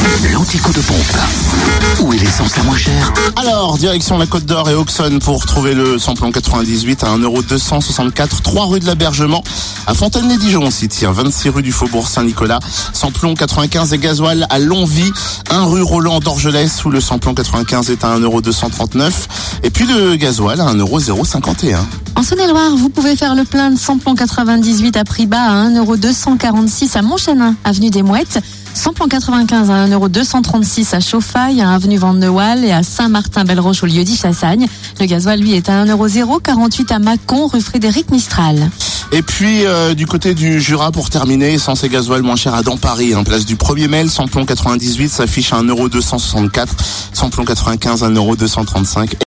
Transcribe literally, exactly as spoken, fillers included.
L'antico de pompe. Où est l'essence la moins chère? Alors, direction la Côte d'Or et Auxonne pour retrouver le samplon quatre-vingt-dix-huit à un euro deux cent soixante-quatre, trois rue de l'Abergement. À Fontaine-les-Dijon aussi, tiens, vingt-six rue du Faubourg Saint-Nicolas. Samplon quatre-vingt-quinze et gasoil à Longwy, un rue Roland d'Orgelès où le samplon quatre-vingt-quinze est à un euro deux cent trente-neuf. Et puis le gasoil à un euro zéro cinquante et un. En Saône-et-Loire, vous pouvez faire le plein de samplon quatre-vingt-dix-huit à prix bas à un euro deux cent quarante-six à Montchanin, avenue des Mouettes. Samplon quatre-vingt-quinze à un euro deux cent trente-six à Chauffaille, à avenue Vandewall et à Saint-Martin-Belle-Roche au lieu-dit Chassagne. Le gasoil, lui, est à un euro zéro quarante-huit à Mâcon, rue Frédéric Mistral. Et puis euh, du côté du Jura pour terminer, essence et gasoil moins cher à dans Paris, hein, place du premier mai, le samplon quatre-vingt-dix-huit s'affiche à un euro deux cent soixante-quatre, samplon quatre-vingt-quinze à un euro deux cent trente-cinq.